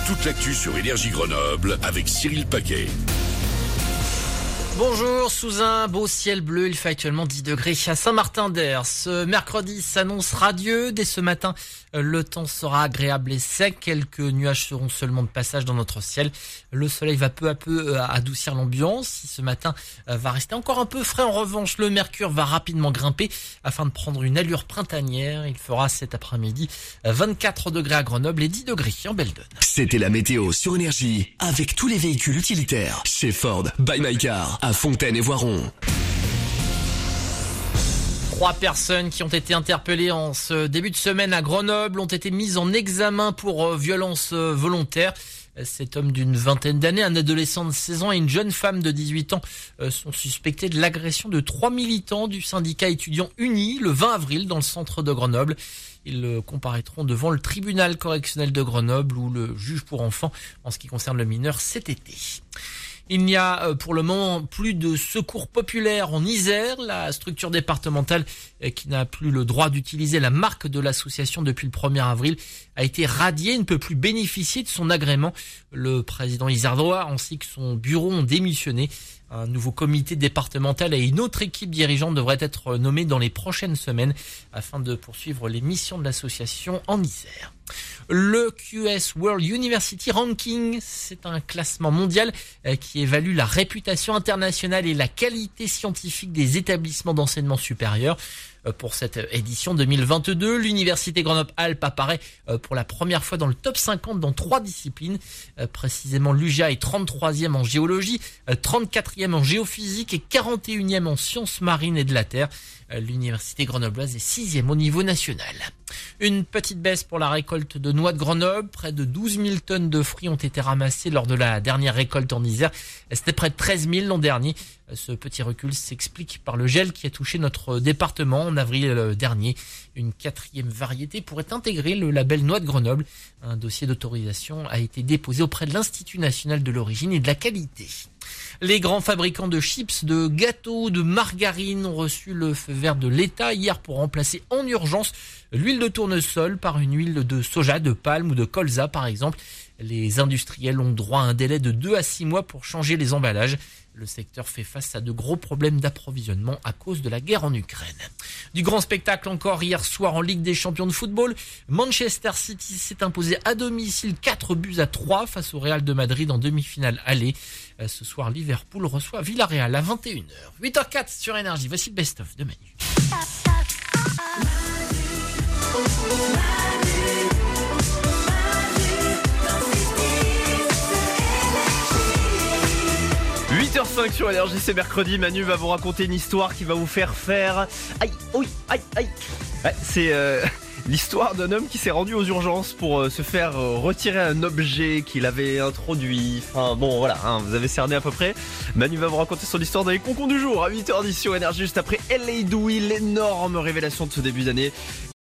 toute l'actu sur Énergie Grenoble avec Cyril Paquet. Bonjour, sous un beau ciel bleu, il fait actuellement 10 degrés à Saint-Martin-d'Air. Ce mercredi s'annonce radieux. Dès ce matin, le temps sera agréable et sec. Quelques nuages seront seulement de passage dans notre ciel. Le soleil va peu à peu adoucir l'ambiance. Si ce matin va rester encore un peu frais, en revanche, le mercure va rapidement grimper afin de prendre une allure printanière. Il fera cet après-midi 24 degrés à Grenoble et 10 degrés en Belledonne. C'était la météo sur Énergie avec tous les véhicules utilitaires chez Ford by My Car à Fontaine et Voiron. 3 personnes qui ont été interpellées en ce début de semaine à Grenoble ont été mises en examen pour violence volontaire. Cet homme d'une vingtaine d'années, un adolescent de 16 ans et une jeune femme de 18 ans sont suspectés de l'agression de 3 militants du syndicat étudiant uni le 20 avril dans le centre de Grenoble. Ils comparaîtront devant le tribunal correctionnel de Grenoble ou le juge pour enfants en ce qui concerne le mineur cet été. Il n'y a pour le moment plus de secours populaire en Isère. La structure départementale qui n'a plus le droit d'utiliser la marque de l'association depuis le 1er avril a été radiée, ne peut plus bénéficier de son agrément. Le président iserdois ainsi que son bureau ont démissionné. Un nouveau comité départemental et une autre équipe dirigeante devraient être nommés dans les prochaines semaines afin de poursuivre les missions de l'association en Isère. Le QS World University Ranking, c'est un classement mondial qui évalue la réputation internationale et la qualité scientifique des établissements d'enseignement supérieur. Pour cette édition 2022, l'Université Grenoble-Alpes apparaît pour la première fois dans le top 50 dans 3 disciplines. Précisément, l'UJA est 33e en géologie, 34e en géophysique et 41e en sciences marines et de la terre. L'Université grenobloise est 6e au niveau national. Une petite baisse pour la récolte de noix de Grenoble. Près de 12 000 tonnes de fruits ont été ramassées lors de la dernière récolte en Isère. C'était près de 13 000 l'an dernier. Ce petit recul s'explique par le gel qui a touché notre département en avril dernier. Une 4e variété pourrait intégrer le label Noix de Grenoble. Un dossier d'autorisation a été déposé auprès de l'Institut national de l'origine et de la qualité. Les grands fabricants de chips, de gâteaux, de margarine ont reçu le feu vert de l'État hier pour remplacer en urgence l'huile de tournesol par une huile de soja, de palme ou de colza par exemple. Les industriels ont droit à un délai de 2 à 6 mois pour changer les emballages. Le secteur fait face à de gros problèmes d'approvisionnement à cause de la guerre en Ukraine. Du grand spectacle encore hier soir en Ligue des champions de football. Manchester City s'est imposé à domicile 4-3 face au Real de Madrid en demi-finale aller. Ce soir, Liverpool reçoit Villarreal à 21h. 8h04 sur Énergie. Voici le best-of de Manu. 8h05 sur Énergie, c'est mercredi. Manu va vous raconter une histoire qui va vous faire faire... Aïe, oui, aïe, aïe. Ouais, c'est l'histoire d'un homme qui s'est rendu aux urgences pour se faire retirer un objet qu'il avait introduit. Enfin bon, voilà, hein, vous avez cerné à peu près. Manu va vous raconter son histoire dans les concons du jour à 8h10 sur Énergie, juste après L.A. Dewey, l'énorme révélation de ce début d'année.